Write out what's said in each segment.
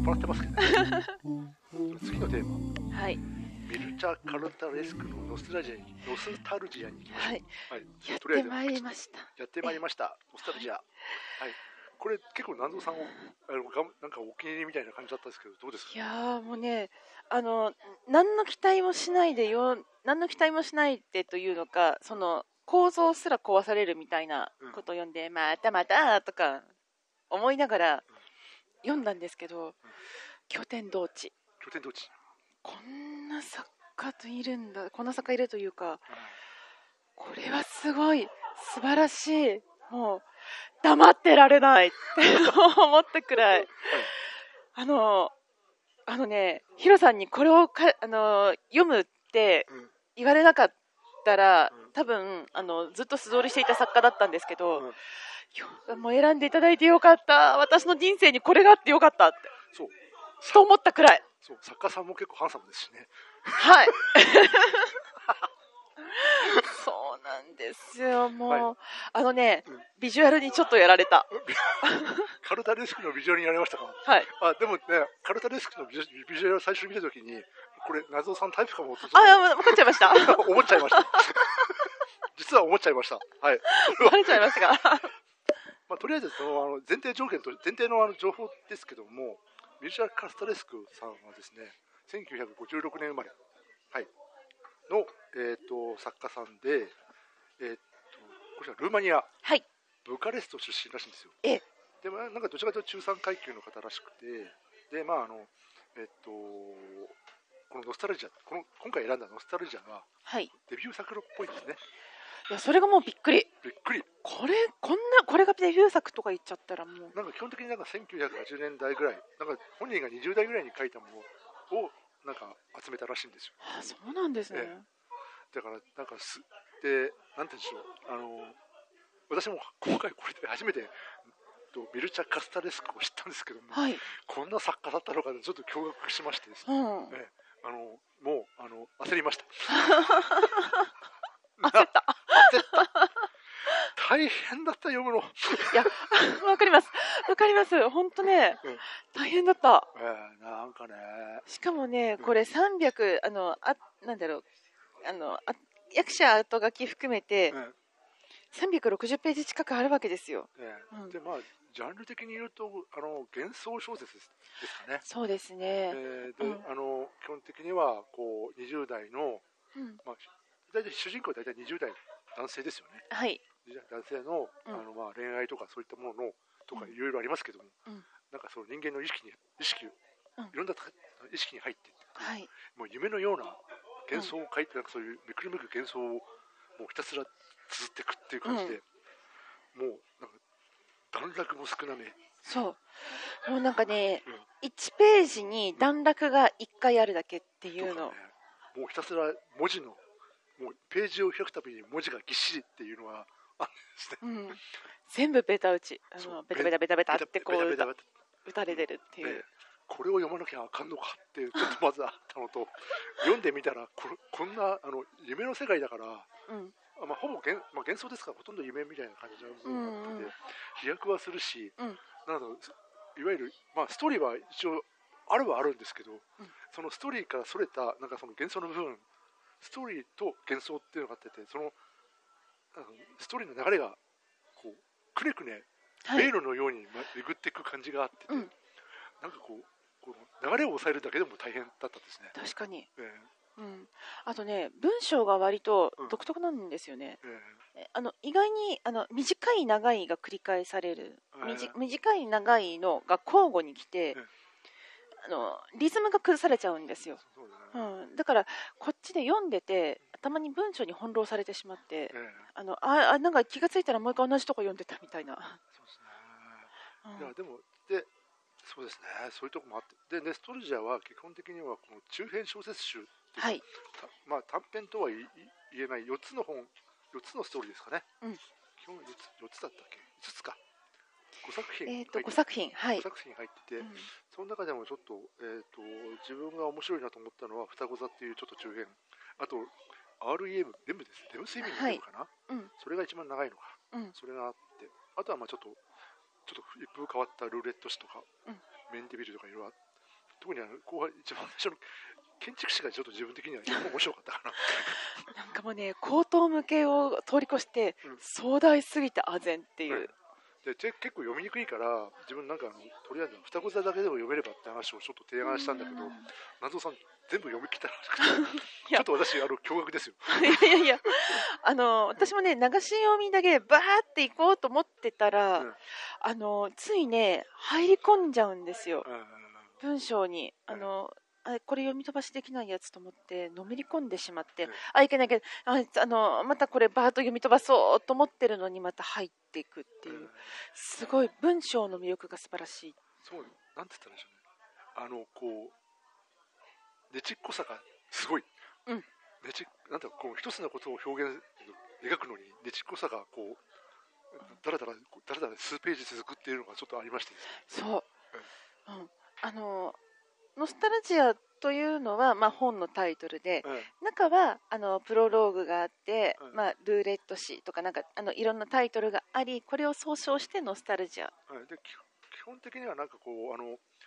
払ってますけどね。次のテーマ、 はい、 ミルチャ・カルタレスクのノスタルジアに行きましょう。 はい、 はい、 やっとりあえずてまいりました。 やってまいりました。ノスタルジア。はい。これ結構南蔵さんをなんかお気に入りみたいな感じだったんですけど、どうですか？ いやーもうね、何の期待もしないでというのか、その構造すら壊されるみたいなことを読んで、またまたとか思いながら読んだんですけど、拠点同地。こんな作家いるんだ、こんな作家いるというか、これはすごい素晴らしい。もう黙ってられないって思ったくらい。ヒロさんにこれを読むって言われなかったら、多分ずっと素通りしていた作家だったんですけど、もう選んでいただいてよかった、私の人生にこれがあってよかったってと思ったくらい。 そう、作家さんも結構ハンサムですしね。 はいそうなんですよ。もう、ビジュアルにちょっとやられた。 カルタレスクのビジュアルにやられましたか？ はい。 でもね、カルタレスクのビジュアルを最初に見たときに、これ謎尾さんタイプかもと分かっちゃいました思っちゃいました実は思っちゃいました。はい。 バレちゃいましたかとりあえずその前提の情報ですけども、ミルチャ・カスタレスクさんはですね、1956年生まれ、はい、の、作家さんで、こちらルーマニア、 はい、 ブカレスト出身らしいんですよ。 でもなんかどちらかというと中産階級の方らしくて、でこのノスタルジア、今回選んだノスタルジアがデビュー作っぽいですね。 いや、それがもうびっくり。これがデビュー作とか言っちゃったらもうなんか基本的になんか1980年代ぐらい、なんか本人が20代ぐらいに書いたものをなんか集めたらしいんですよ。 そうなんですね。 だからなんかで、なんて言うんでしょう、私も今回これで初めてミルチャ・カスタレスクを知ったんですけども、こんな作家だったのかでちょっと驚愕しましてですね、もう焦りました焦った大変だった、読むの。いや、わかります本当ね、大変だった。 なんかね、 しかもね、これ300なんだろう、役者後書き含めて、360ページ近くあるわけですよ。 でジャンル的に言うと幻想小説ですかね。 そうですね。 基本的にはこう20代の、大体主人公は大体20代男性ですよね。 はい。 男性の、恋愛とかそういったものとかいろいろありますけども、なんかその人間の意識、いろんな意識に入っていって、もう夢のような幻想を書いて、なんかそういうめくるめく幻想をもうひたすら綴っていくっていう感じで、もうなんか段落も少なめ。 そう。もうなんかね、1ページに段落が1回あるだけっていうの。 もうひたすら文字の、もうページを開くたびに文字がぎっしりっていうのはあるんですね。 全部ベタ打ち。ベタベタベタベタってこう打たれてるっていう。 これを読まなきゃあかんのかってちょっとまずあったのと、読んでみたらこんな夢の世界だから、ほぼ幻想ですから、ほとんど夢みたいな感じの部分があってて、飛躍はするし、なのでいわゆる、ストーリーは一応あるはあるんですけど、そのストーリーからそれたなんかその幻想の部分、ストーリーと幻想っていうのがあってて、そのストーリーの流れがこうくねくね迷路のように巡っていく感じがあってて、なんかこの流れを抑えるだけでも大変だったんですね。 確かに。あとね、文章が割と独特なんですよね。意外に短い長いが繰り返される、短い長いのが交互に来て、リズムが崩されちゃうんですよ。だからこっちで読んでてたまに文章に翻弄されてしまって、なんか気がついたらもう一回同じとこ読んでたみたいな。 そうですね。いやでもそうですね、そういうとこもあって、でネストルジアは基本的にはこの中編小説集っていう、短編とは言えない4つのストーリーですかね。基本4つだったっけ、5つか、5作品 5作品入ってて、その中でもちょっと、自分が面白いなと思ったのは双子座っていうちょっと中編、あと REM レムですレム睡眠のレムかな、それが一番長いのか、それがあって、あとはちょっと一風変わったルーレット誌とか、メンデビルとかいろいろ特に後半一番最初の建築士がちょっと自分的には面白かったかな。なんかもうね、口頭向けを通り越して、壮大すぎて唖然っていう。 で結構読みにくいから自分なんかとりあえず双子座だけでも読めればって話をちょっと提案したんだけど、夏尾さん全部読み切ったらしくてちょっと私驚愕ですよ。 いや私もね、流し読みだけバーっていこうと思ってたら、ついね入り込んじゃうんですよ、文章に。これ読み飛ばしできないやつと思ってのめり込んでしまって、いけないけど、またこれバーッと読み飛ばそうと思ってるのにまた入っていくっていう、すごい文章の魅力が素晴らしい。 そう、なんて言ったらいいでしょうね。こうねちっこさがすごい。なんてこう一つのことを描くのにねちっこさがこうだらだら数ページ続くっていうのがちょっとありましてですね。 そう。ノスタルジアというのは、本のタイトルで、中はプロローグがあって、ルーレット誌とかなんかいろんなタイトルがあり、これを総称してノスタルジア。 で基本的にはなんかこう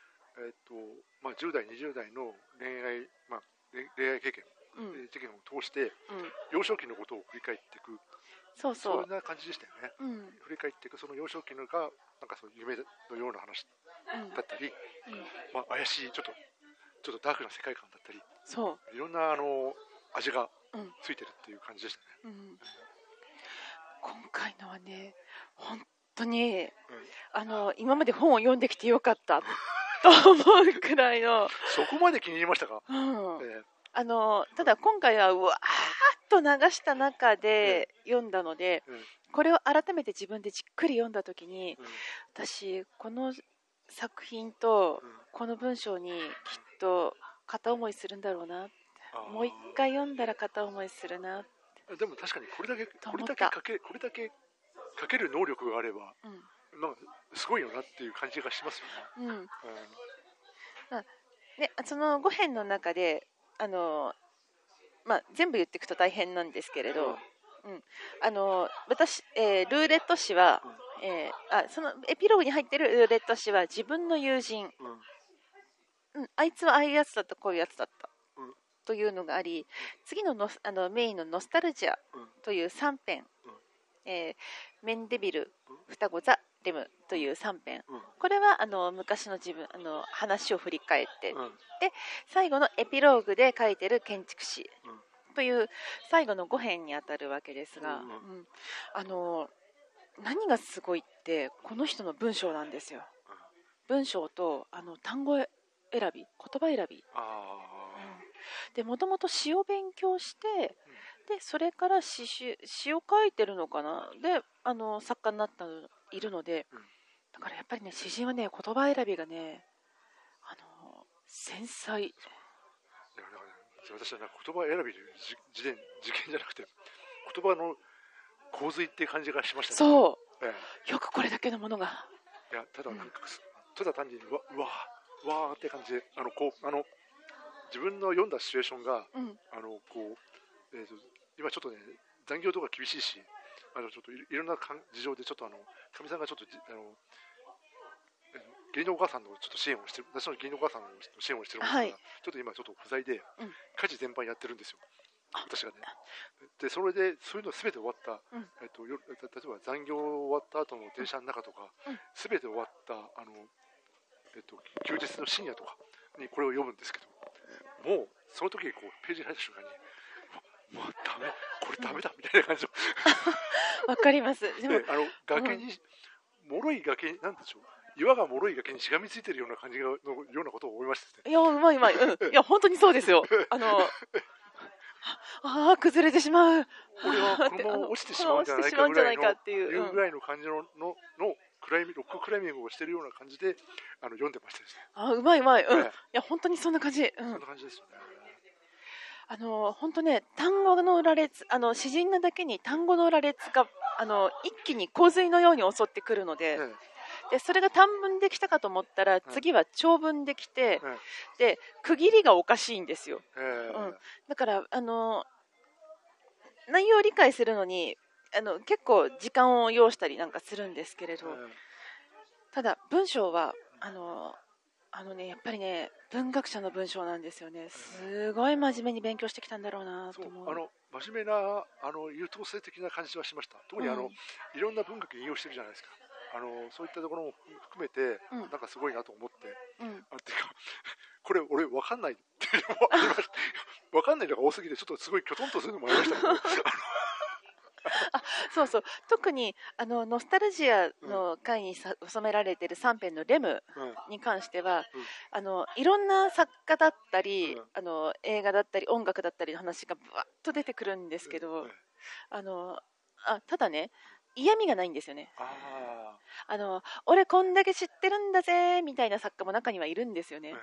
10代20代の恋愛経験、事件を通して、幼少期のことを振り返っていく、そんな感じでしたよね。振り返っていくその幼少期のがなんかそう夢のような話だったり、怪しいちょっとダークな世界観だったり、いろんな味がついてるっていう感じでしたね。 今回のはね、本当に、今まで本を読んできてよかったと思うくらいの。 そこまで気に入りましたか？ ただ今回はうわーっと流した中で読んだので、これを改めて自分でじっくり読んだ時に、私この作品とこの文章にきっと片思いするんだろうな、もう一回読んだら片思いするな。 でも確かにこれだけ書ける能力があれば、なんかすごいよなっていう感じがしますよね。 でその5編の中で全部言っていくと大変なんですけれど、私、ルーレット氏は、そのエピローグに入っているルーレット氏は自分の友人、あいつはああいうやつだったこういうやつだった、というのがあり、次のメインのノスタルジアという3編、メンデビル、双子ザ・レムという3編、これは昔の自分話を振り返って、で最後のエピローグで書いてる建築士という最後の5編にあたるわけですが、何がすごいってこの人の文章なんですよ。文章と単語選び、言葉選びで、もともと詩を勉強して、でそれから詩を書いてるのかな、で作家になったいるので、だからやっぱりね、詩人はね、言葉選びがね、繊細。 私は言葉選びという事件じゃなくて、言葉の洪水っていう感じがしましたね。 そう、よくこれだけのものが。 いや、ただなんか、ただ単にうわーって感じで、自分の読んだシチュエーションが、今ちょっとね、残業とか厳しいし、ちょっといろんな事情でちょっとかみさんがちょっと義理のお母さんのちょっと支援をしてる、私の義理のお母さんの支援をしてるんですが、ちょっと今ちょっと不在で、家事全般やってるんですよ、私がね。でそれでそういうの全て終わった、例えば残業終わった後の電車の中とか、全て終わった休日の深夜とかにこれを読むんですけど、もうその時にこうページに入った瞬間に、もうダメ、これダメだみたいな感じのわかります。でも崖に、脆い崖なんでしょう、岩が脆い崖にしがみついてるような感じのようなことを思いましたね。 いや、うまい、いや本当にそうですよ。崩れてしまう、 これはこのまま落ちてしまうんじゃないかっていうぐらいの感じのロッククライミングをしているような感じで読んでましたですね。 うまい、いや本当にそんな感じ、 そんな感じですよね。 本当ね、単語の羅列、詩人なだけに単語の羅列が一気に洪水のように襲ってくるので、でそれが短文できたかと思ったら、次は長文できて、で区切りがおかしいんですよ。だから内容を理解するのに結構時間を要したりなんかするんですけれど、ただ文章はやっぱりね、文学者の文章なんですよね。すごい真面目に勉強してきたんだろうなと思う。 真面目な優等生的な感じはしました。特にいろんな文学引用してるじゃないですか。そういったところも含めて、なんかすごいなと思って、てかこれ俺分かんないっていうのもありました。分かんないのが多すぎてちょっとすごいキョトンとするのもありましたけどそうそう、特にノスタルジアの回に収められている3編のレムに関しては、いろんな作家だったり、映画だったり音楽だったりの話がぶわっと出てくるんですけど、ただね、嫌味がないんですよね。俺こんだけ知ってるんだぜみたいな作家も中にはいるんですよね。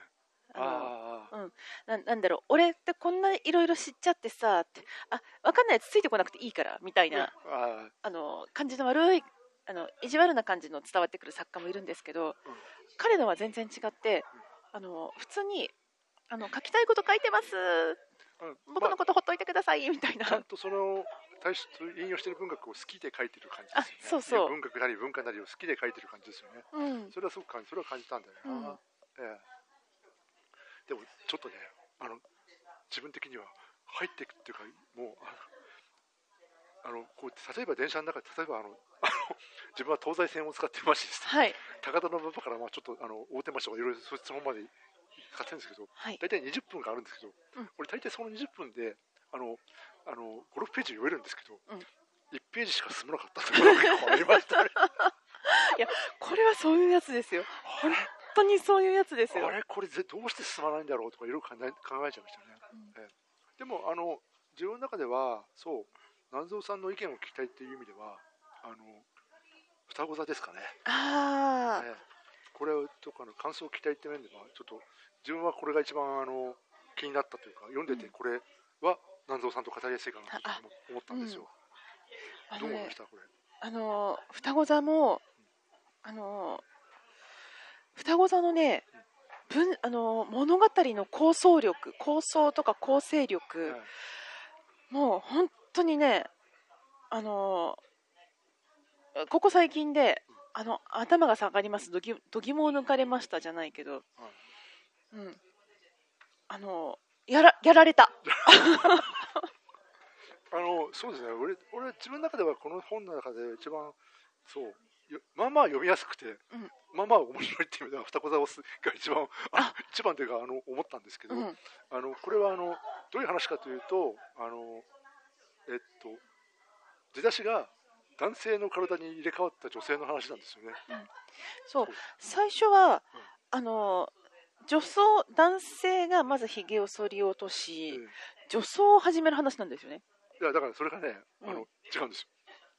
なんだろう、俺ってこんないろいろ知っちゃってさって、分かんないやつついてこなくていいからみたいな感じの悪い意地悪な感じの伝わってくる作家もいるんですけど、彼のは全然違って、普通に書きたいこと書いてます、僕のことほっといてくださいみたいな、 ちゃんとその引用している文学を好きで書いてる感じですよね。 そう文学なり文化なりを好きで書いてる感じですよね。それはすごくそれは感じたんだよな。でもちょっとね、自分的には入っていくっていうか、もうこう例えば電車の中で、例えば自分は東西線を使ってまして、高田馬場からちょっと大手町とかいろいろそのままで使ってるんですけど、大体20分があるんですけど、俺大体その20分で5、6ページ読めるんですけど、1ページしか進まなかったところが結構ありましたね。 いや、これはそういうやつですよ。本当にそういうやつですよ。 これどうして進まないんだろうとかいろいろ考えちゃいましたね。でも自分の中ではそう南蔵さんの意見を聞きたいっていう意味では双子座ですかね。これとかの感想を聞きたいって面ではちょっと自分はこれが一番気になったというか、読んでてこれは南蔵さんと語りやすいかなと思ったんですよ。どう思いましたこれ？ 双子座も双子座のね、物語の構想とか構成力、もう本当にね、ここ最近で頭が下がります、どぎもを抜かれましたじゃないけど、やられたそうですね、俺自分の中ではこの本の中で一番そうまあまあ読みやすくて、まあまあ面白いっていう意味では双子座が一番というか思ったんですけど、これはどういう話かというと出だしが男性の体に入れ替わった女性の話なんですよね。 そう最初は、男性がまずひげを剃り落とし、女装を始める話なんですよね。 いやだからそれがね違うんですよ。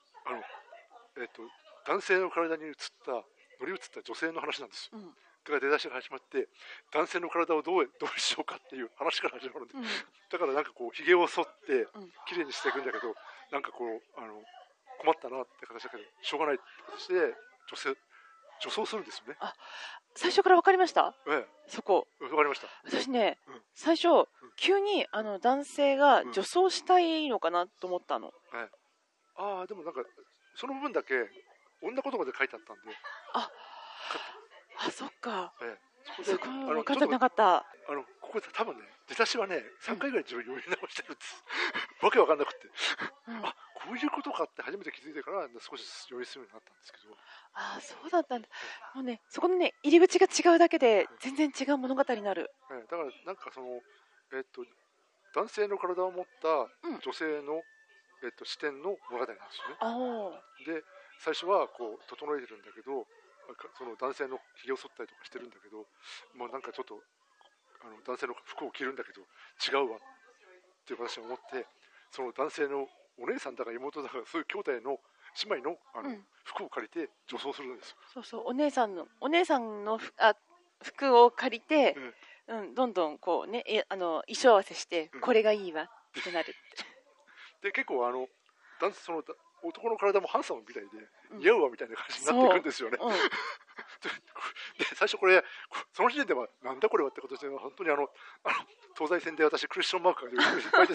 男性の体に乗り移った女性の話なんです。だから出だしが始まって男性の体をどうしようかっていう話から始まるんで、だからなんかこうひげを剃って綺麗にしていくんだけど、なんかこう困ったなって形だけどしょうがないって形で女装するんですよね。 最初から分かりました？そこ分かりました。 私ね、最初急に男性が女装したいのかなと思ったの。 でもなんかその部分だけ女言葉で書いてあったんで、 そっか、そこ分かってなかった。 ここ多分ね、出だしはね3回ぐらい自分読み直してるんですわけわかんなくて、こういうことかって初めて気づいてから少し読み進むようになったんですけど、 そうだったんだ。もうね、そこのね入り口が違うだけで全然違う物語になる。 だからなんかその男性の体を持った女性の、視点の物語なんですよね。で最初はこう整えてるんだけど、その男性のひげを剃ったりとかしてるんだけど、もうなんかちょっと男性の服を着るんだけど違うわっていう私は思って、その男性のお姉さんだか妹だかそういう兄弟の姉妹の服を借りて女装するんですよ。 そうお姉さんの服を借りて、どんどんこうね衣装合わせして、これがいいわってなるで結構その男の体もハンサムみたいで似合うわみたいな感じになっていくんですよね。で最初これその時点ではなんだこれはってことで、本当に東西線で私クエスチョンマークがいっぱいです。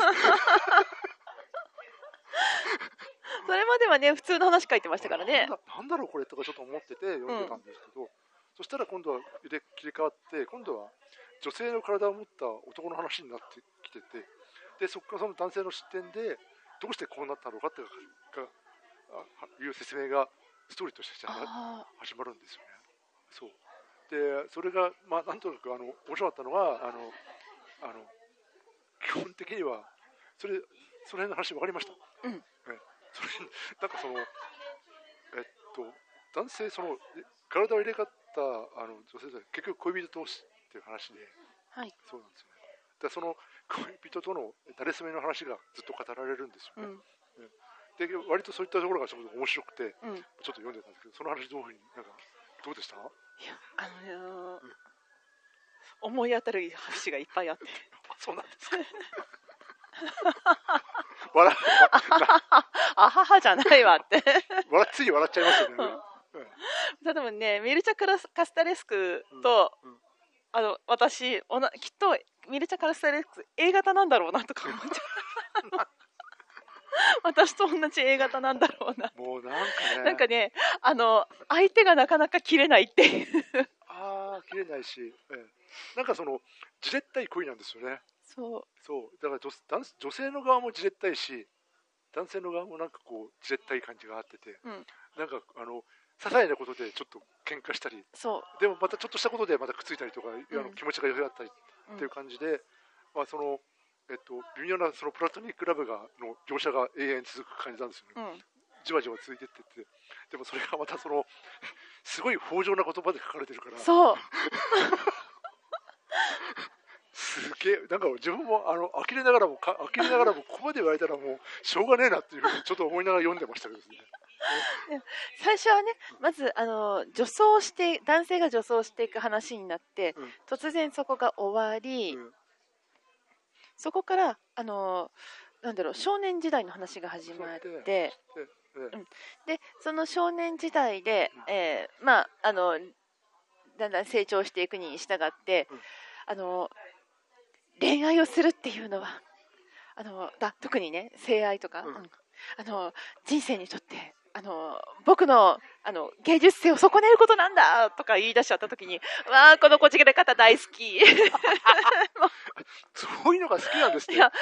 それまではね普通の話書いてましたからね。 なんだろうこれとかちょっと思ってて読んでたんですけど、 そしたら今度は切り替わって、今度は女性の体を持った男の話になってきてて、でそこからその男性の視点でどうしてこうなったのかっていう説明がストーリーとして始まるんですよね。そうでそれが、なんとなく面白かったのが基本的にはその辺の話分かりました。それなんか男性体を入れ替わった女性で結局恋人同士っていう話で、 はい、 そうなんですよね。でその恋人との馴れ初めの話がずっと語られるんですよね。で割とそういったところがちょっと面白くて、ちょっと読んでたんですけど、その話どういうふうにどうでした？いや思い当たる話がいっぱいあって。 そうなんですか。 あははじゃないわってつい笑っちゃいますよね。 多分ね、ミルチャ・カスタレスクと、私きっとミルチャ・カスタレスク A 型なんだろうなとか思っちゃう私と同じ A 型なんだろうな。 もうなんかね、相手がなかなか切れないっていう切れないし、なんかじれったい恋なんですよね。そうだから女性の側もじれったいし、男性の側もなんかこうじれったい感じがあってて、なんか些細なことでちょっと喧嘩したり、でもまたちょっとしたことでまたくっついたりとか、気持ちが良くなったりっていう感じで、微妙なプラトニックラブの描写が永遠続く感じなんですよね。じわじわ続いてってて、でもそれがまたすごい豊穣な言葉で書かれてるから、すげえ、なんか自分も呆れながらもここまで言われたらもうしょうがねえなっていうふうにちょっと思いながら読んでましたけどですね。 最初はね、まず男性が女装していく話になって、突然そこが終わり、そこから少年時代の話が始まって、でその少年時代で、だんだん成長していくに従って、恋愛をするっていうのは特にね、性愛とか、人生にとって僕の芸術性を損ねることなんだとか言い出しちゃった時に、わあこのこじれ方大好きそういうのが好きなんですね。 いや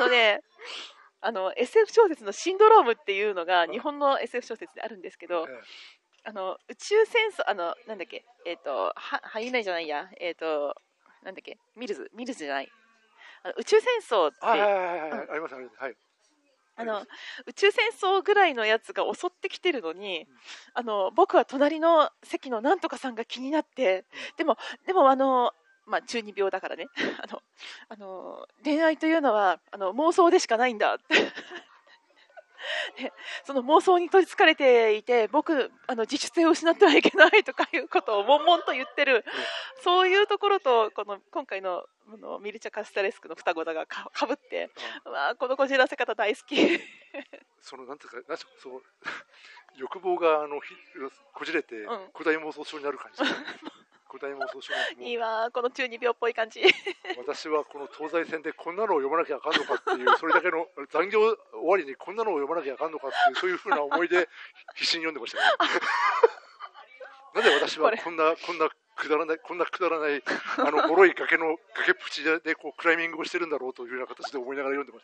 SF 小説のシンドロームっていうのが日本の SF 小説であるんですけど、宇宙戦争なんだっけ、ハイナイじゃないや、なんだっけ、ミルズじゃない、宇宙戦争ってありますはい。 宇宙戦争ぐらいのやつが襲ってきてるのに、僕は隣の席のなんとかさんが気になって、でも中二病だからね恋愛というのは妄想でしかないんだってでその妄想に取りつかれていて、僕自主性を失ってはいけないとかいうことを悶々と言ってる、そういうところと今回のミルチャ・カスタレスクの双子だがかぶって、このこじらせ方大好きなんていうか欲望がこじれて古代妄想症になる感じいいわこの中二病っぽい感じ私はこの東西線でこんなのを読まなきゃあかんのかっていうそれだけの残業終わりにこんなのを読まなきゃあかんのかっていうそういうふうな思いで必死に読んでましたなぜ私はこんなくだらない脆い崖っぷちでこうクライミングをしてるんだろうというような形で思いながら読んでま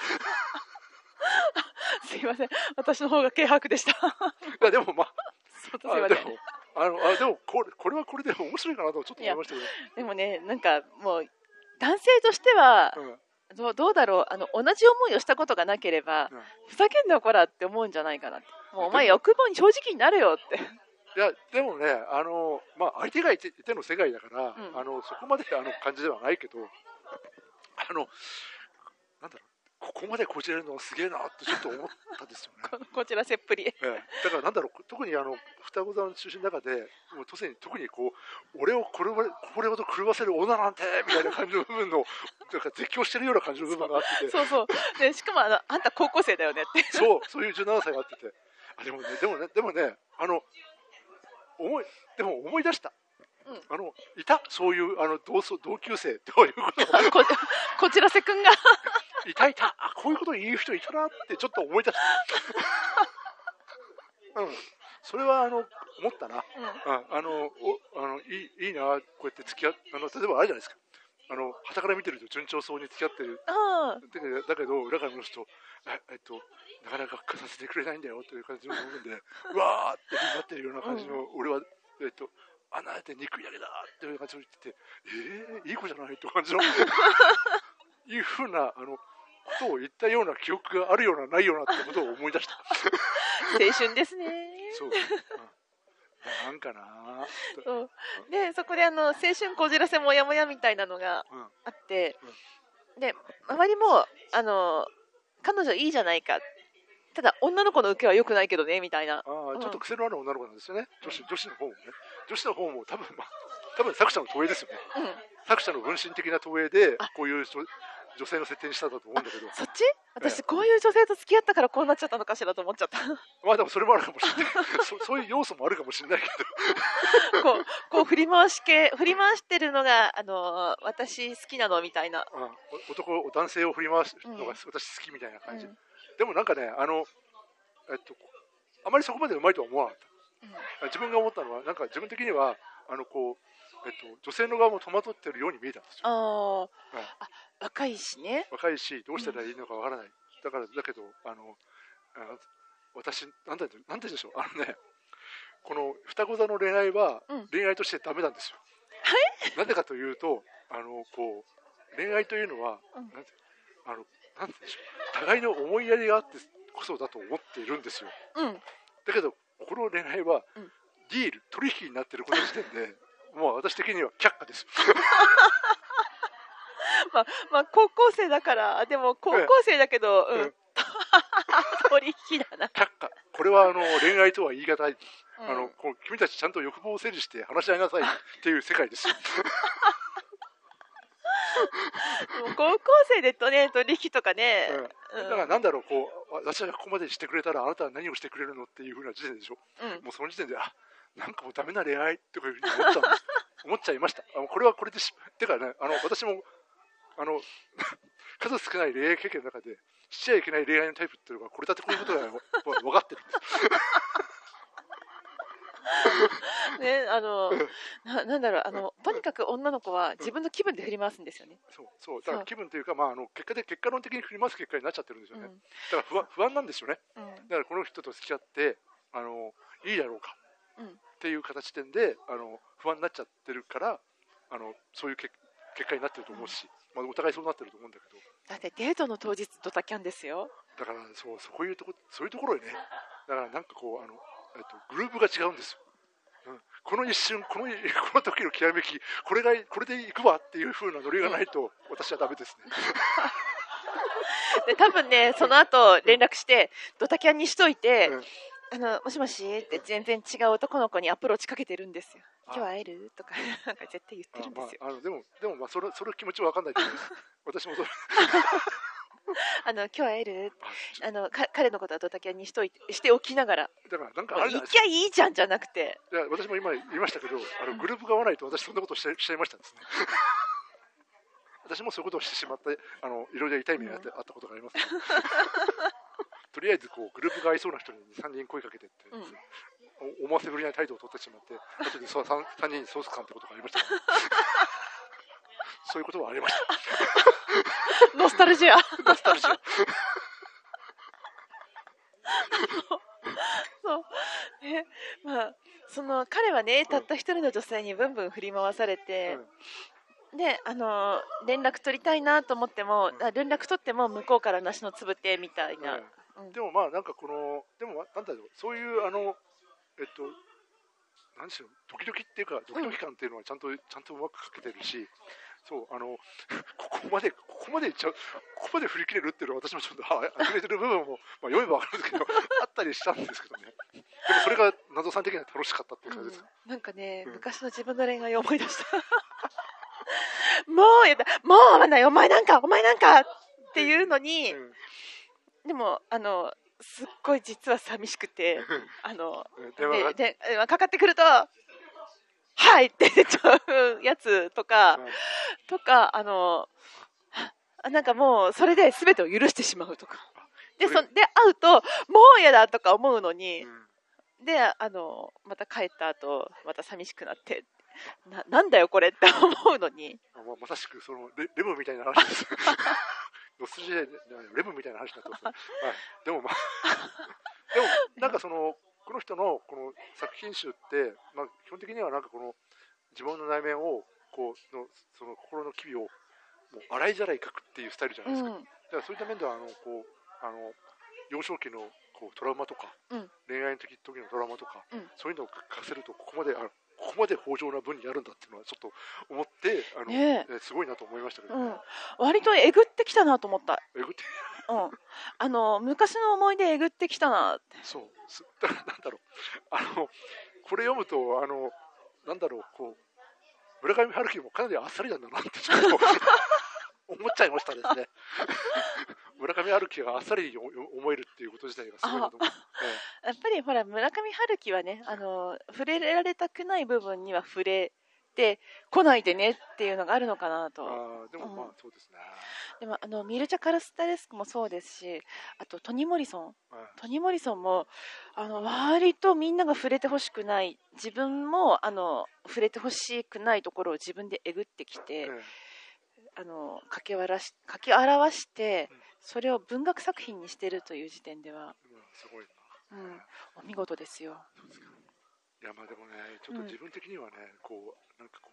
したすいません、私の方が軽薄でしたいやでもでもこれはこれで面白いかなとちょっと思いましたけど、 でもね、なんかもう男性としては、どうだろう、同じ思いをしたことがなければ、ふざけんなこらって思うんじゃないかなって。もうお前欲望に正直になれよっていやでもね相手がいての世界だから、そこまで感じではないけどなんだろう、ここまでこじれるのはすげえなってちょっと思ったんですよねこちらせっぷり、 だからなんだろう、特に双子座の中心の中でもう特にこう俺をこれほど狂わせる女なんてみたいな感じの部分のなんか絶叫してるような感じの部分があっててそうでしかもあんた高校生だよねってそういう17歳があってて、でもね思い出した、いたそういう同級生ということこちらせくんがいたこういうこと言う人いたなってちょっと思い出したそれは思ったな。いいな、こうやって付き合っ例えばあるじゃないですか。傍から見てると順調そうに付き合ってる。だけど裏から見るとなかなか貸させてくれないんだよという感じの部分でうわーってなってるような感じの、俺は穴開いて憎いだけだっていう感じを言ってて、いい子じゃないという感じのいうふうなことを言ったような記憶があるようなないようなってことを思い出した。 青春ですね。 そう、なんかな。 そうでそこで青春こじらせもやもやみたいなのがあって、で周りも彼女いいじゃないか、ただ女の子の受けは良くないけどねみたいな。 ちょっと癖のある女の子なんですよね。女子の方もね。女子の方も多分作者の投影ですよね。作者の分身的な投影でこういう女性の設定にしたんだと思うんだけど。 そっち？私こういう女性と付き合ったからこうなっちゃったのかしらと思っちゃった。 まあでもそれもあるかもしれない。そういう要素もあるかもしれないけど。こう振り回してるのが私好きなのみたいな。 男性を振り回すのが私好きみたいな感じ。でもなんかねあまりそこまでうまいとは思わなかった。自分が思ったのはなんか自分的には女性の側も戸惑ってるように見えたんですよ。 若いしね。 若いしどうしたらいいのかわからない。だけど私なんて言うんでしょうこの双子座の恋愛は恋愛としてダメなんですよ。なぜかというと恋愛というのはなんて言うんでしょう、互いの思いやりがあってこそだと思っているんですよ。だけどこの恋愛はディール取引になっていること時点でもう私的には却下です。 まあ高校生だからでも高校生だけど、取引だな。 却下。これは恋愛とは言い難い。君たちちゃんと欲望を整理して話し合いなさいっていう世界ですよ。 高校生で取引とかね。 だからなんだろう私がここまでしてくれたらあなたは何をしてくれるのっていう風な時点でしょ。もうその時点でなんかもうダメな恋愛とかいうふうに思っちゃいました。これはこれでてかね私も数少ない恋愛経験の中でしちゃいけない恋愛のタイプっていうのがこれだってこういうことが分かってるんです。 ね、なんだろうとにかく女の子は自分の気分で振り回すんですよね。 そうだから気分というか、結果論的に振り回す結果になっちゃってるんですよね。だから不安なんですよね。だからこの人と付き合っていいだろうかっていう形点で不安になっちゃってるからそういう結果になってると思うし、お互いそうなってると思うんだけど。 だってデートの当日ドタキャンですよ。 だからそういうところへね。だからなんかグループが違うんですよ。この一瞬この時のきらめきこれでいくわっていう風なノリがないと私はダメですね。 で多分ねその後連絡してドタキャンにしといて、もしもしって全然違う男の子にアプローチかけてるんですよ。今日会えるとかなんか絶対言ってるんですよ。 でもその気持ちは分かんないと思います。私もそれ今日会える彼のことはドタキャンにしておきながら、 だからなんかあれじゃないですか、いいじゃんじゃなくて、 私も今言いましたけどグループが合わないと私そんなことしちゃいましたんですね。私もそういうことをしてしまっていろいろ痛い目があったことがあります、とりあえずグループが合いそうな人に3人声かけてって、思わせぶりな態度を取ってしまって後で3人にソース感ってことがありました、そういうことはありました。 ノスタルジア。そうね、その彼はねたった一人の女性にブンブン振り回されて、で連絡取りたいなと思っても、連絡取っても向こうから梨のつぶてみたいな、 でもなんかでもなんだろう、そういうなんでしょう、ドキドキっていうかドキドキ感っていうのはちゃんとうまくかけてるし、そうここまで振り切れるっていうのは私もちょっと始めてる部分も、読めば分かるんですけどあったりしたんですけどね。でもそれが謎さん的には楽しかったっていう感じですか。 なんかね、昔の自分の恋愛を思い出した。もうやだ、もう合わない、お前なんかっていうのに、でもすっごい実は寂しくてでかかってくるとはいって言っちゃうやつとか、なんかもうそれで全てを許してしまうとかで会うともう嫌だとか思うのに、 でまた帰った後また寂しくなってなんだよこれって思うのに、 まさしくそのレブみたいな話ですノスタルジーレブみたいな話になってます、はい、でもでもなんかこの人のこの作品集って、基本的にはなんかこの自分の内面をその心の機微をもう洗いざらい書くっていうスタイルじゃないですか、だからそういった面では幼少期のトラウマとか、恋愛の時のトラウマとか、そういうのを書かせるとここまで豊穣な文になるんだっていうのはちょっと思ってすごいなと思いましたけど、ね、 割とえぐってきたなと思った。 えぐって昔の思い出えぐってきたなって。 そうだからなんだろうこれ読むとなんだろう村上春樹もかなりあっさりなんだなってちょっと思っちゃいましたですね村上春樹があっさり思えるっていうこと自体がすごいなと思う、 やっぱりほら村上春樹はね触れられたくない部分には触れてこないでねっていうのがあるのかなと。 でもそうですね。 でもミルチャ・カルスタレスクもそうですし、あとトニー・モリソンも割とみんなが触れてほしくない、自分も触れてほしくないところを自分でえぐってきて、書き表して、それを文学作品にしているという時点では、 すごいな、 お見事ですよ。 そうですか。いやでもね、ちょっと自分的にはね、なんか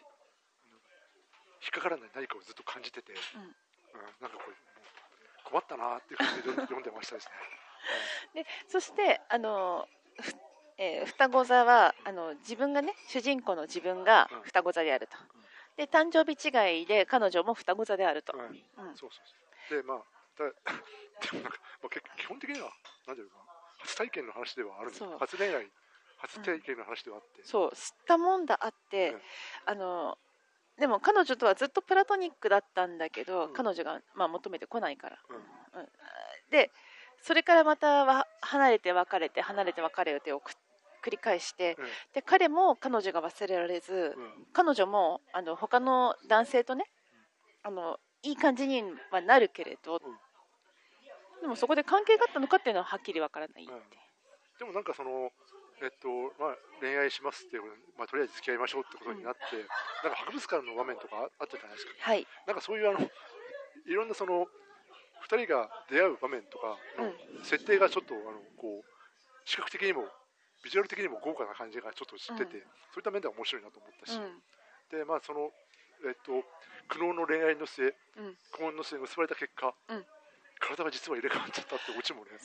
引っかからない何かをずっと感じてて、なんか困ったなっていう感じで読んでましたですね。でそして双子座は自分がね、主人公の自分が双子座であると、で誕生日違いで彼女も双子座であると、 そうででもなんか、基本的には何ていうか初体験の話ではあるんです。初恋愛初体験の話ではあって、 そう知ったもんだあって、でも彼女とはずっとプラトニックだったんだけど、彼女が求めてこないから、でそれからまた離れて別れて離れて別れてを繰り返して、で彼も彼女が忘れられず、彼女も他の男性とねいい感じにはなるけれど、でもそこで関係があったのかっていうのははっきりわからないって、 でもなんか恋愛しますっていう、とりあえず付き合いましょうってことになって、なんか博物館の場面とかあったじゃないですか、なんかそういういろんな2人が出会う場面とかの設定がちょっと視覚的にもビジュアル的にも豪華な感じがちょっと知ってて、そういった面では面白いなと思ったし、で苦悩の恋愛の末、苦悶の末結ばれた結果、体が実は入れ替わっちゃったってオチもね、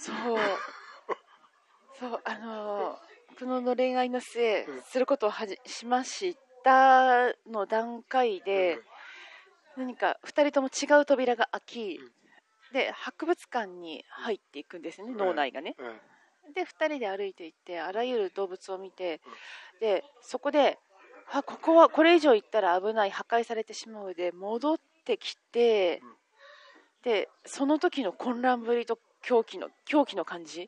そう苦悩の恋愛の末、することをしましたの段階で、何か2人とも違う扉が開き、で博物館に入っていくんですね、脳内がね、で2人で歩いていってあらゆる動物を見て、でそこでここはこれ以上行ったら危ない、破壊されてしまうで戻ってきて、でその時の混乱ぶりと狂気の感じ、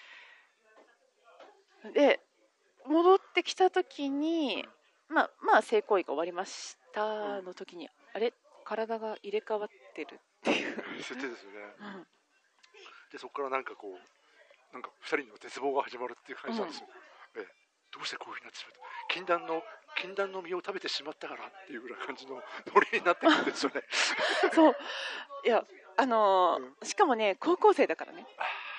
で戻ってきた時に性行為が終わりましたの時に、あれ体が入れ替わってるっていう設定ですよね、でそこからなんかなんか2人の絶望が始まるっていう感じなんですよ、どうしてこういうふうになってしまった禁断の実を食べてしまったからっていうぐらい感じのノリになってくるんですよねそういやしかもね高校生だからね、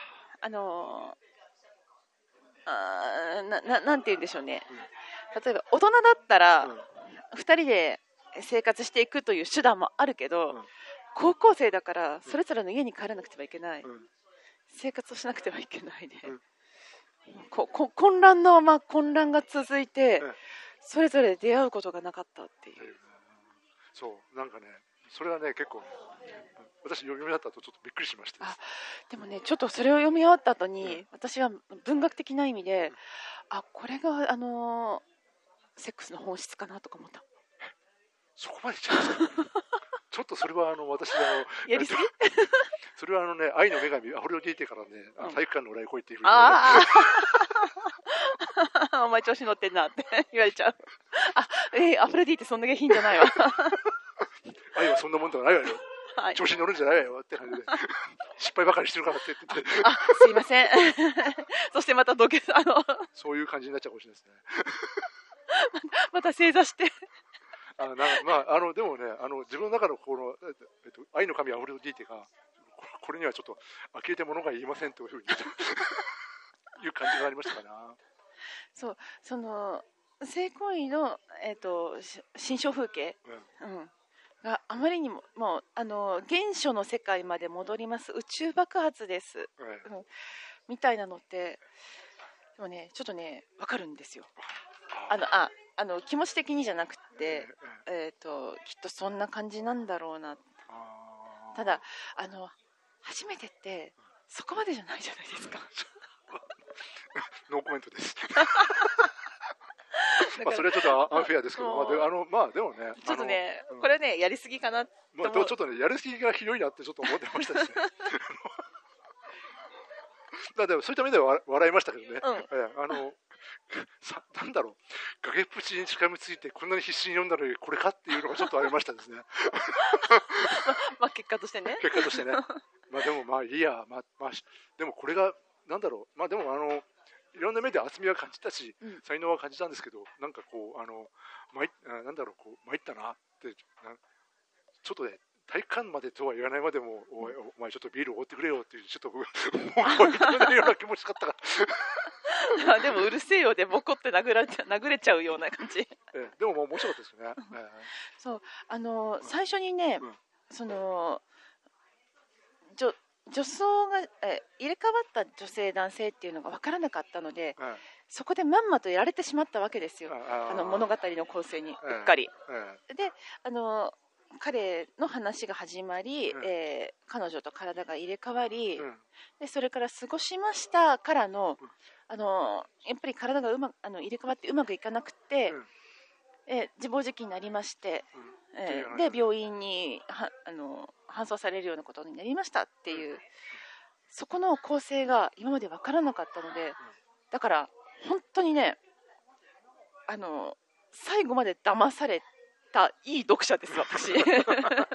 なんて言うんでしょうね、例えば大人だったら2人で生活していくという手段もあるけど、高校生だからそれぞれの家に帰らなくてはいけない、生活をしなくてはいけないで、混乱のまま混乱が続いて、それぞれ出会うことがなかったっていう、 そうなんかね、それはね結構私読み終わった後ちょっとびっくりしました。 でもねちょっとそれを読み終わった後に、私は文学的な意味で、これがセックスの本質かなとか思った。 そこまでちゃうんですかちょっとそれは私やりすぎそれは愛の女神アフロディーテからね、体育館の裏へ来いっていうふうにお前調子乗ってんなって言われちゃう。アフロディーテそんな下品じゃないわ愛はそんなもんではないわよはい、 調子に乗るんじゃないよって感じで失敗ばかりしてるからって言ってあ、すいませんそしてまたそういう感じになっちゃうかもしれないですねまた正座してでもね自分の中のこの、愛の神アフロディーテがこれにはちょっと呆れて物が言いませんというふうにいう感じがありましたかな。 そうその性行為の、心象風景、があまりにももう原初の世界まで戻ります宇宙爆発です、みたいなのってでもねちょっとね分かるんですよ。気持ち的にじゃなくて、きっとそんな感じなんだろうな。ただ初めてってそこまでじゃないじゃないですかノーコメントですそれはちょっとアンフェアですけど、でもねちょっとね、これねやりすぎかなってちょっとねやりすぎがひどいなってちょっと思ってましたしねでもそういった意味では笑いましたけどね、なんだろう崖っぷちにしがみついてこんなに必死に読んだのにこれかっていうのがちょっとありましたですね結果としてねでもいいや、でもこれがなんだろうでもいろんな目で厚みは感じたし、才能は感じたんですけどなんかこうなんだろうこう参ったなってちょっとね体育館までとは言わないまでも、お前ちょっとビールおごってくれよっていうちょっともうこういうような気持ちだったからでもうるせえよでボコって殴れちゃうような感じでも面白かったですよね、 そう最初にね、その女装が入れ替わった女性男性っていうのが分からなかったので、そこでまんまとやられてしまったわけですよ、物語の構成にうっかり、で彼の話が始まり、彼女と体が入れ替わり、でそれから過ごしましたからの、やっぱり体が入れ替わってうまくいかなくて、自暴自棄になりまして、で病院に搬送されるようなことになりましたっていう、そこの構成が今まで分からなかったので、だから本当にね最後まで騙されたいい読者です私そうね、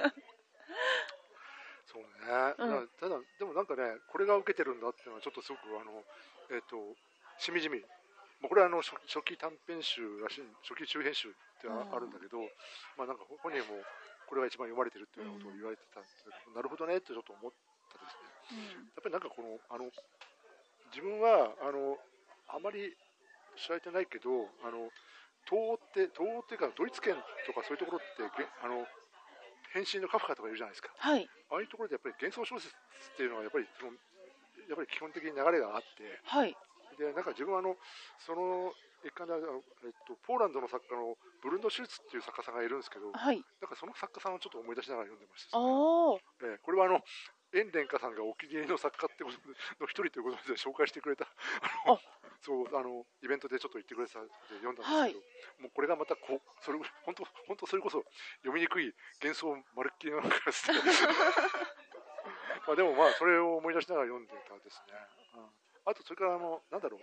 ただでもなんかねこれが受けてるんだっていうのはちょっとすごくしみじみ、これは初期短編集らしい初期中編集ってあるんだけど、なんか本人もこれが一番読まれてるっていうようなことを言われてたんですけど、なるほどねってちょっと思ったですね、やっぱりなんかこの自分はあまり知られてないけど東欧っていうかドイツ圏とかそういうところって変身のカフカとかいるじゃないですか、ああいうところでやっぱり幻想小説っていうのはやっぱり基本的に流れがあって、でなんか自分はその一環でポーランドの作家のブルンド・シュルツっていう作家さんがいるんですけど、なんかその作家さんをちょっと思い出しながら読んでました、これは円蓮華さんがお気に入りの作家ってことの一人ということで紹介してくれたそうイベントでちょっと言ってくれたので読んだんですけど、もうこれがまた本当それこそ読みにくい幻想まるっきりのなんかですねでもそれを思い出しながら読んでたんですね、あとそれからなんだろう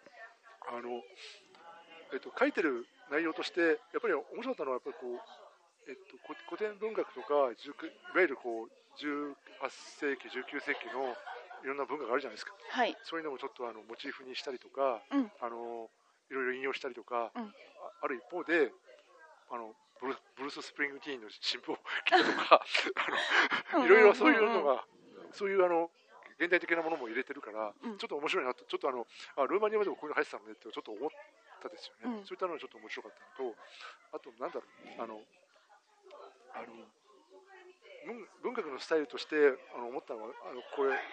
書いてる内容としてやっぱり面白かったのはやっぱりこう古典文学とかいわゆるこう18世紀19世紀のいろんな文化があるじゃないですか、そういうのもちょっとモチーフにしたりとか、いろいろ引用したりとか、ある一方でブルース・スプリングティーンの新聞を聞いたとかいろいろそういうのがそういう現代的なものも入れてるから、ちょっと面白いなと、ちょっとルーマニアまでもこういうの入ってたのねってちょっと思ったですよね、そういったのがちょっと面白かったのと、あとなんだろう文学のスタイルとして思ったのはこれ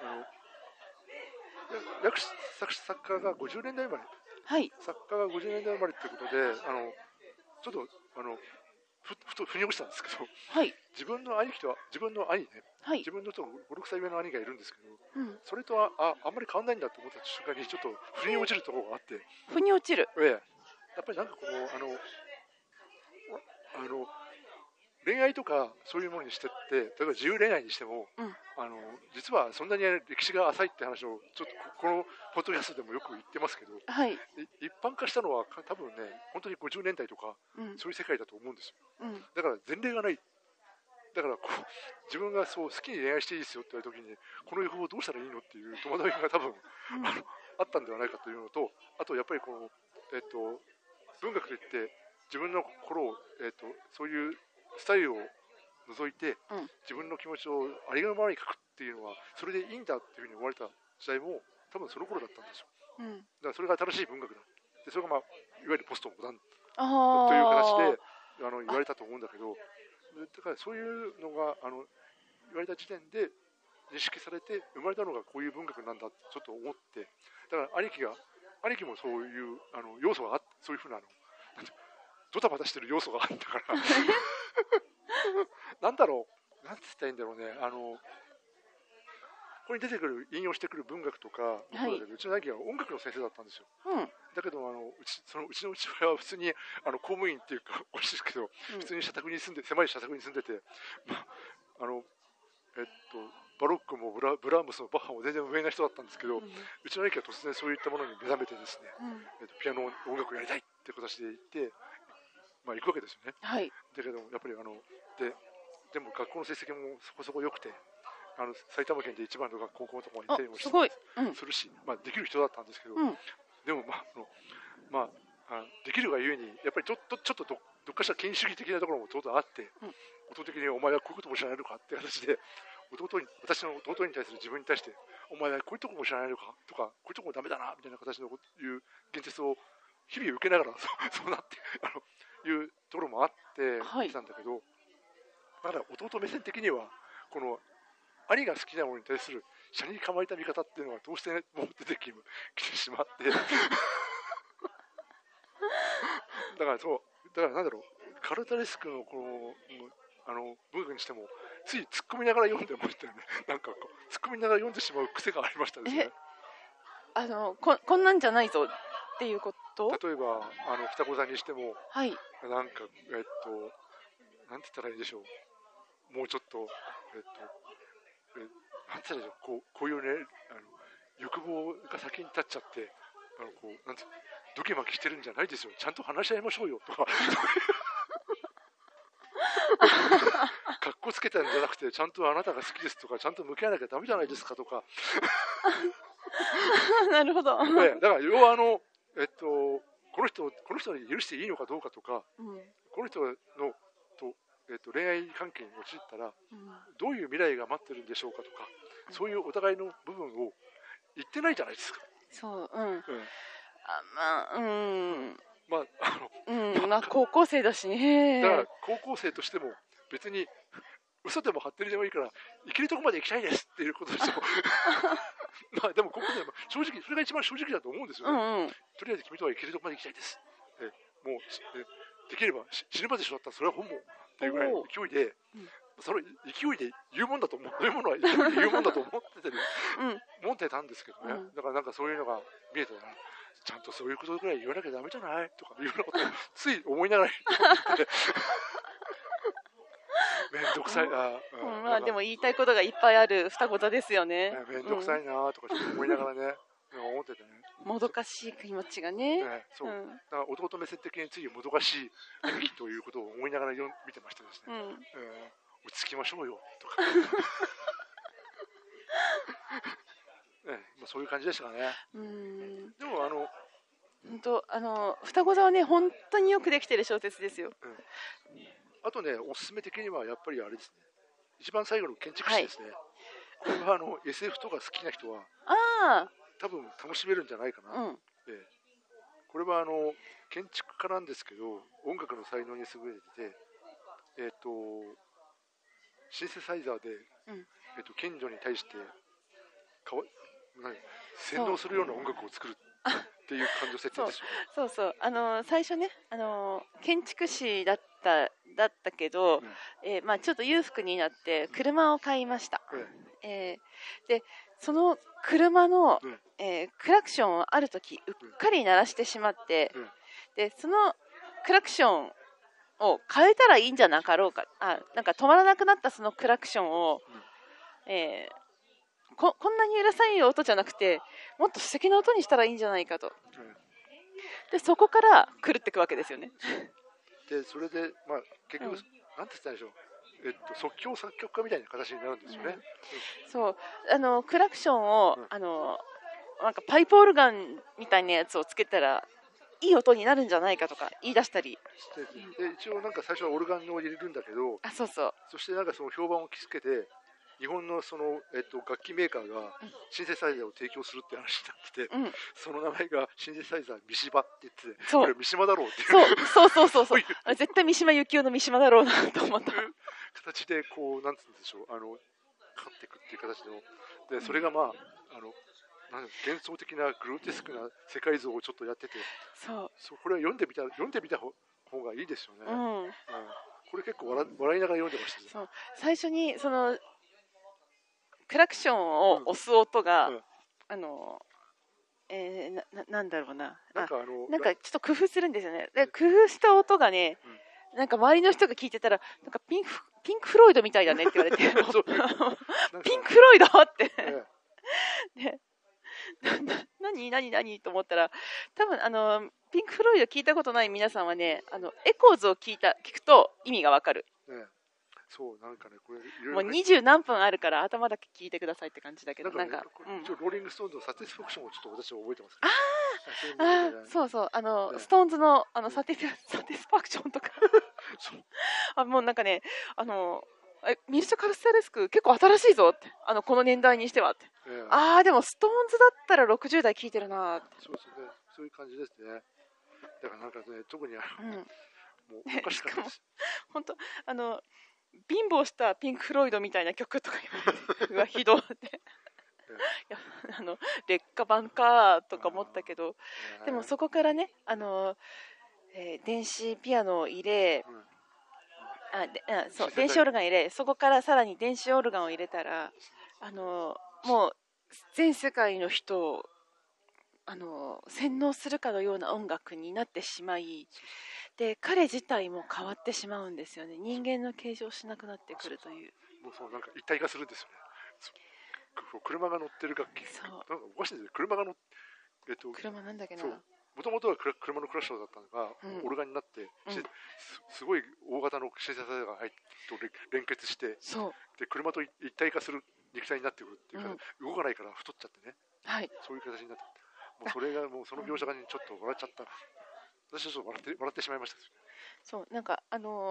作家が50年代生まれ、作家が50年代生まれということでちょっとふと腑に落ちたんですけど、自分の兄ね、自分の5、6歳上の兄がいるんですけど、それとあんまり変わんないんだと思った瞬間にちょっと腑に落ちるところがあって、 腑に落ちる、 やっぱりなんかこう恋愛とかそういうものにしてって、例えば自由恋愛にしても、実はそんなに歴史が浅いって話をちょっとこのポッドキャストでもよく言ってますけど、一般化したのは多分ね本当に50年代とか、そういう世界だと思うんですよ、だから前例がないだから自分がそう好きに恋愛していいですよって言われた時にこの欲望どうしたらいいのっていう戸惑いが多分、あったんではないかというのと、あとやっぱり文学といって自分の心を、そういうスタイルを除いて、自分の気持ちをありがままに書くっていうのはそれでいいんだっていうふうに思われた時代も多分その頃だったんですよ。だからそれが新しい文学だ。でそれが、いわゆるポストモダンという形で言われたと思うんだけど、だからそういうのが言われた時点で認識されて生まれたのがこういう文学なんだってちょっと思って、だから兄貴もそういう要素があって、そういうふうなドタバタしてる要素があったからなんだろう、なんて言ったらいいんだろうね、ここに出てくる引用してくる文学とか、うちの兄貴は音楽の先生だったんですよ。だけどうちの父親は普通に公務員っていうかおかしいですけど、普通に狭い社宅に住んでて、バロックもブラームスもバッハも全然上な人だったんですけど、うちの兄貴は突然そういったものに目覚めてですね、ピアノ音楽をやりたいって形で言って、行くわけですよね。だけどやっぱりでも学校の成績もそこそこ良くて、埼玉県で一番の高校とかに行ったりもするし、できる人だったんですけど、でもできるがゆえにやっぱりちょっとどっかしら権威主義的なところもちょうどあって、弟的にお前はこういうことも知らないのかって形で私の弟に対する自分に対して、お前はこういうとこも知らないのかとか、こういうとこもダメだなみたいな形のいう現実を日々受けながらそうなっていうところもあってきたんだけど、だから弟目線的にはこの兄が好きなものに対する車に構えた見方っていうのがどうしても出てきてしまってだからなんだろう、カルタレスクの文学にしてもつい突っ込みながら読んでましたよね。なんか突っ込みながら読んでしまう癖がありましたですね。 こんなんじゃないぞっていうこと。 例えば双子座にしても、なんかなんて言ったらいいでしょう。もうちょっとなんて言ったらいいでしょう。こういうね欲望が先に立っちゃってなんてドキマキしてるんじゃないですよ。ちゃんと話し合いましょうよとか。かっこつけたんじゃなくて、ちゃんとあなたが好きですとか、ちゃんと向き合わなきゃダメじゃないですかとか。 なるほど。 だから要はこの人に許していいのかどうかとか、この人の恋愛関係に陥ったら、どういう未来が待ってるんでしょうかとか、そういうお互いの部分を言ってないじゃないですか。 そう、高校生だしね。 だから高校生としても別に嘘でも張ってるでもいいから生きるとこまで行きたいですっていうことですよ。でもここで正直それが一番正直だと思うんですよね。とりあえず君とは生きるとこまで行きたいです。もうできれば死ぬまでしょだったらそれは本望っていうぐらいの勢いで、それ勢いで言うもんだと思う。そういうものは勢いで言うもんだと思ってたんですけどね。だからなんかそういうのが見えてたら、ちゃんとそういうことぐらい言わなきゃダメじゃないとかいうようなことをつい思いながらめんどくさいな。 でも言いたいことがいっぱいある双子座ですよね。 めんどくさいなとか思いながらね、思っててね。 もどかしい気持ちがね。 そう。だから弟目線的についもどかしい兄貴ということを思いながら見てましたですね。落ち着きましょうよとか。そういう感じでしたかね。でも双子座はね本当によくできてる小説ですよ。 あとね、おすすめ的にはやっぱりあれですね。一番最後の建築士ですね。これはSF とか好きな人は多分楽しめるんじゃないかな。これは建築家なんですけど、音楽の才能に優れてて、シンセサイザーで、賢者に対して洗脳するような音楽を作るっていう感情設定ですよ。 そう最初ね建築士だったけど、ちょっと裕福になって車を買いました。でその車の、クラクションをある時うっかり鳴らしてしまって、でそのクラクションを変えたらいいんじゃなかろうか、なんか止まらなくなったそのクラクションを、こんなにうるさい音じゃなくてもっと素敵な音にしたらいいんじゃないかと、でそこから狂っていくわけですよね。 でそれで結局、なんて言ったんでしょう、 即興作曲家みたいな形になるんですよね。 そうクラクションを、なんかパイプオルガンみたいなやつをつけたらいい音になるんじゃないかとか言い出したりで一応なんか最初はオルガンを入れるんだけど、 そうそしてなんかその評判をつけて日本のその、楽器メーカーがシンセサイザーを提供するって話になってて、その名前がシンセサイザー三島って言ってて、これ三島だろうっていうそう絶対三島由紀夫の三島だろうなと思った形でこうなんつうんでしょう、勝っていくっていう形ので、それがまあ幻想的なグロテスクな世界像をちょっとやってて、これは読んでみた方がいいですよね。これ結構笑いながら読んでましたね。 最初にそのクラクションを押す音が、なんだろうな、なんかちょっと工夫するんですよね。で工夫した音がね、なんか周りの人が聞いてたらなんかピンク・フロイドみたいだねって言われてピンク・フロイドってで何と思ったら、多分ピンク・フロイド聞いたことない皆さんはね、エコーズを聞くと意味がわかる。 そうなんかね、これもう20何分あるから頭だけ聞いてくださいって感じだけど、 なんかローリングストーンズのサティスファクションをちょっと私は覚えてます。 そうストーンズのサティスファクションとかもうなんかねミルチャ・カルスタレスク結構新しいぞってこの年代にしてはって、でもストーンズだったら60代聞いてるなって。 そういう感じですね。だからなんかね、特にもうおかしかったです。 本当貧乏したピンク・フロイドみたいな曲とか言われてひどいって劣化版かとか思ったけど、でもそこからね電子ピアノを入れ、電子オルガン入れ、そこからさらに電子オルガンを入れたらもう全世界の人を洗脳するかのような音楽になってしまい、で彼自体も変わってしまうんですよね。人間の形状しなくなってくるという。 もうなんか一体化するんですよね。車が乗ってる楽器、なんかおかしいですね。車が車なんだっけな。 もともとは車のクラッシュだったのが、オルガンになって、すごい大型のシンセサイザーが入って連結して、で車と一体化する肉体になってくるっていうか、動かないから太っちゃってね、そういう形になって、もうそれがもうその描写がちょっと笑っちゃった。私はちょっと笑ってしまいました。 そうなんか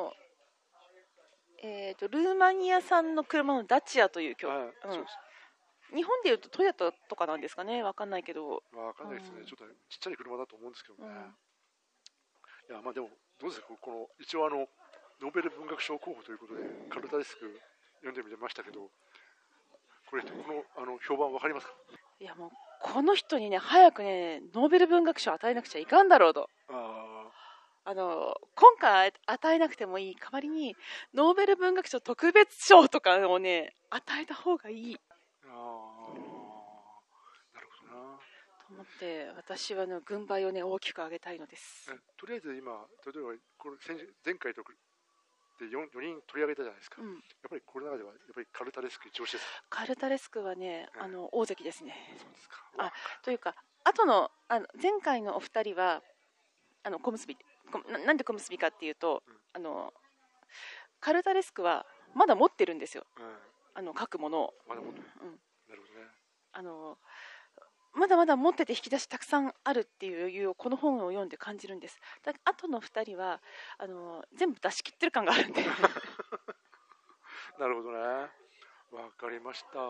ルーマニア産の車のダチアという曲、日本でいうとトヨタとかなんですかね、わかんないけど。 わかんないですね、ちょっとちっちゃい車だと思うんですけどね。いやまあでもどうですか、この一応ノーベル文学賞候補ということでカルタデスク読んでみてましたけど、この評判わかりますか？ いやもうこの人にね早くねノーベル文学賞与えなくちゃいかんだろうと。今回与えなくてもいい代わりにノーベル文学賞特別賞とかをね与えた方がいい。 なるほどなと思って私は軍配をね大きく上げたいのです。 とりあえず今例えば前回とで 4人取り上げたじゃないですか、やっぱりこれの中ではやっぱりカルタレスク一押しですか？ カルタレスクはね、大関ですね。 そうですか。 というか後の前回のお二人は小結び、なんで小結びかっていうと、カルタレスクはまだ持ってるんですよ、書くものを。 まだ持ってる、なるほどね。 まだまだ持ってて引き出したくさんあるっていう余裕をこの本を読んで感じるんです。あとの2人は全部出し切ってる感があるんでなるほどね、わかりました。い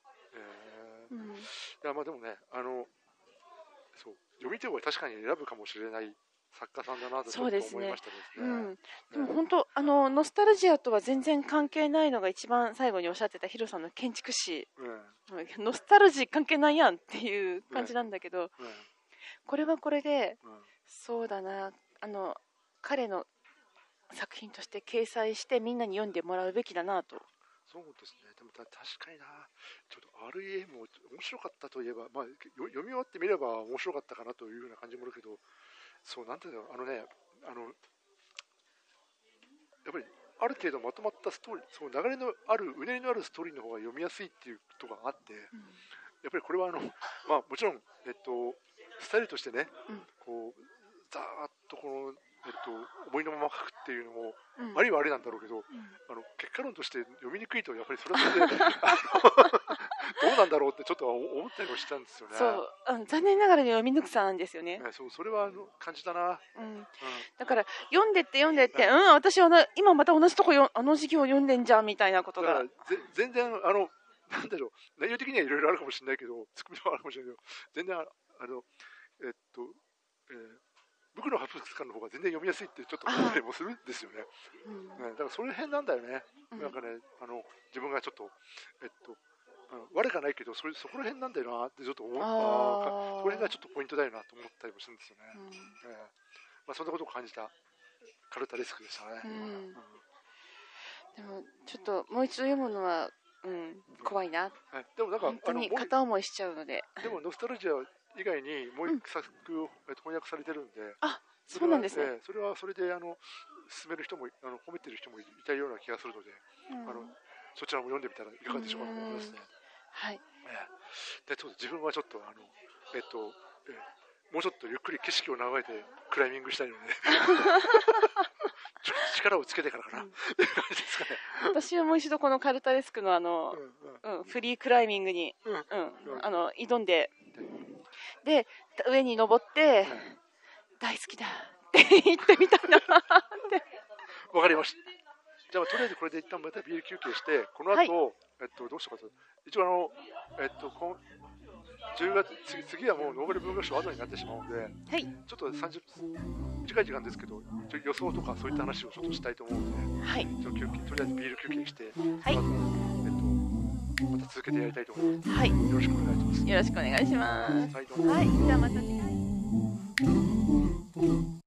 やまあでもねそう読み手は確かに選ぶかもしれない作家さんだなとちょっと思いましたですね。 でも本当ノスタルジアとは全然関係ないのが一番最後におっしゃってたヒロさんの建築士、ノスタルジー関係ないやんっていう感じなんだけど、これはこれで、そうだな彼の作品として掲載してみんなに読んでもらうべきだなと。 そうですね。でも確かにな、ちょっと REA も面白かったといえば、まあ、読み終わってみれば面白かったかなというような感じもあるけど、そうなんていうの、やっぱりある程度まとまったストーリー、そう流れのあるうねりのあるストーリーの方が読みやすいっていうことがあって、やっぱりこれはまあもちろんスタイルとしてね、こうざーっとこの思いのまま書くっていうのも、ありはありなんだろうけど、結果論として読みにくいとやっぱりそれはそれでどうなんだろうってちょっと思ったりもしたんですよね。 そう、残念ながら読みにくさなんですよね。 それは感じたな。 だから読んでって、私は今また同じとこ授業を読んでんじゃんみたいなことが。 全然なんだろう、内容的にはいろいろあるかもしれないけど、ツッコミはあるかもしれないけど、全然僕の博物館の方が全然読みやすいってちょっと思ったりもするんですよね。だからその辺なんだよね。なんかね、自分がちょっと悪かないけどそこら辺なんだよなってちょっと思った。そこら辺がちょっとポイントだよなと思ったりもするんですよね。そんなことを感じたカルタレスクでしたね。 でもちょっともう一度読むのは、怖いな。 でもなんか本当に片思いしちゃうので。 でもノスタルジア以外にもう一作を翻訳されてるんで、 そうなんですね。 それはそれで進める人も褒めてる人もいたような気がするので、そちらも読んでみたらいかがでしょうかと思いますね。 はい。 で自分はちょっともうちょっとゆっくり景色を眺めてクライミングしたいので力をつけてからかなっていう感じですかね。 私はもう一度このカルタレスクのフリークライミングに挑んで、で上に登って大好きだって言ってみたいなって。 わかりました。じゃあとりあえずこれで一旦またビール休憩して、この後、どうしようかと。一応10月次はもうノーベル文学賞後になってしまうので、ちょっと短い時間ですけど予想とかそういった話をちょっとしたいと思うので、とりあえずビール休憩して、また続けてやりたいと思います。よろしくお願いします。 よろしくお願いします。 はい、どうも。 じゃあまた次回。